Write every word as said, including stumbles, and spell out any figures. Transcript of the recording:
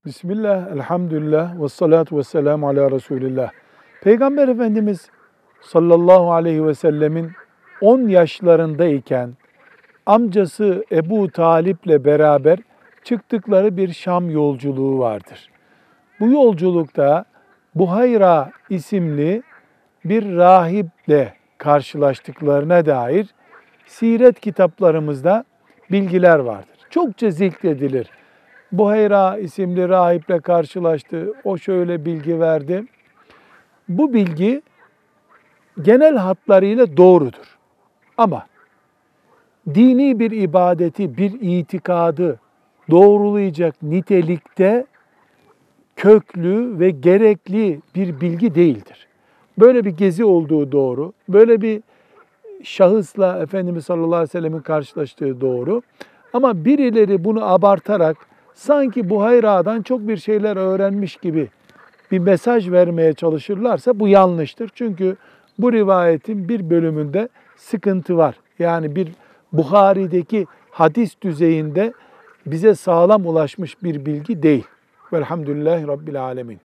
Bismillah, elhamdülillah, ve salatu ve selamu ala Resulillah. Peygamber Efendimiz sallallahu aleyhi ve sellemin on yaşlarındayken amcası Ebu Talip'le beraber çıktıkları bir Şam yolculuğu vardır. Bu yolculukta Buhayra isimli bir rahiple karşılaştıklarına dair siret kitaplarımızda bilgiler vardır. Çokça zikredilir. Buhayra isimli rahiple karşılaştı, o şöyle bilgi verdi. Bu bilgi genel hatlarıyla doğrudur. Ama dini bir ibadeti, bir itikadı doğrulayacak nitelikte köklü ve gerekli bir bilgi değildir. Böyle bir gezi olduğu doğru, böyle bir şahısla Efendimiz sallallahu aleyhi ve sellemin karşılaştığı doğru. Ama birileri bunu abartarak sanki Buhayra'dan çok bir şeyler öğrenmiş gibi bir mesaj vermeye çalışırlarsa bu yanlıştır. Çünkü bu rivayetin bir bölümünde sıkıntı var. Yani bir Buhari'deki hadis düzeyinde bize sağlam ulaşmış bir bilgi değil. Velhamdülillahi Rabbil Alemin.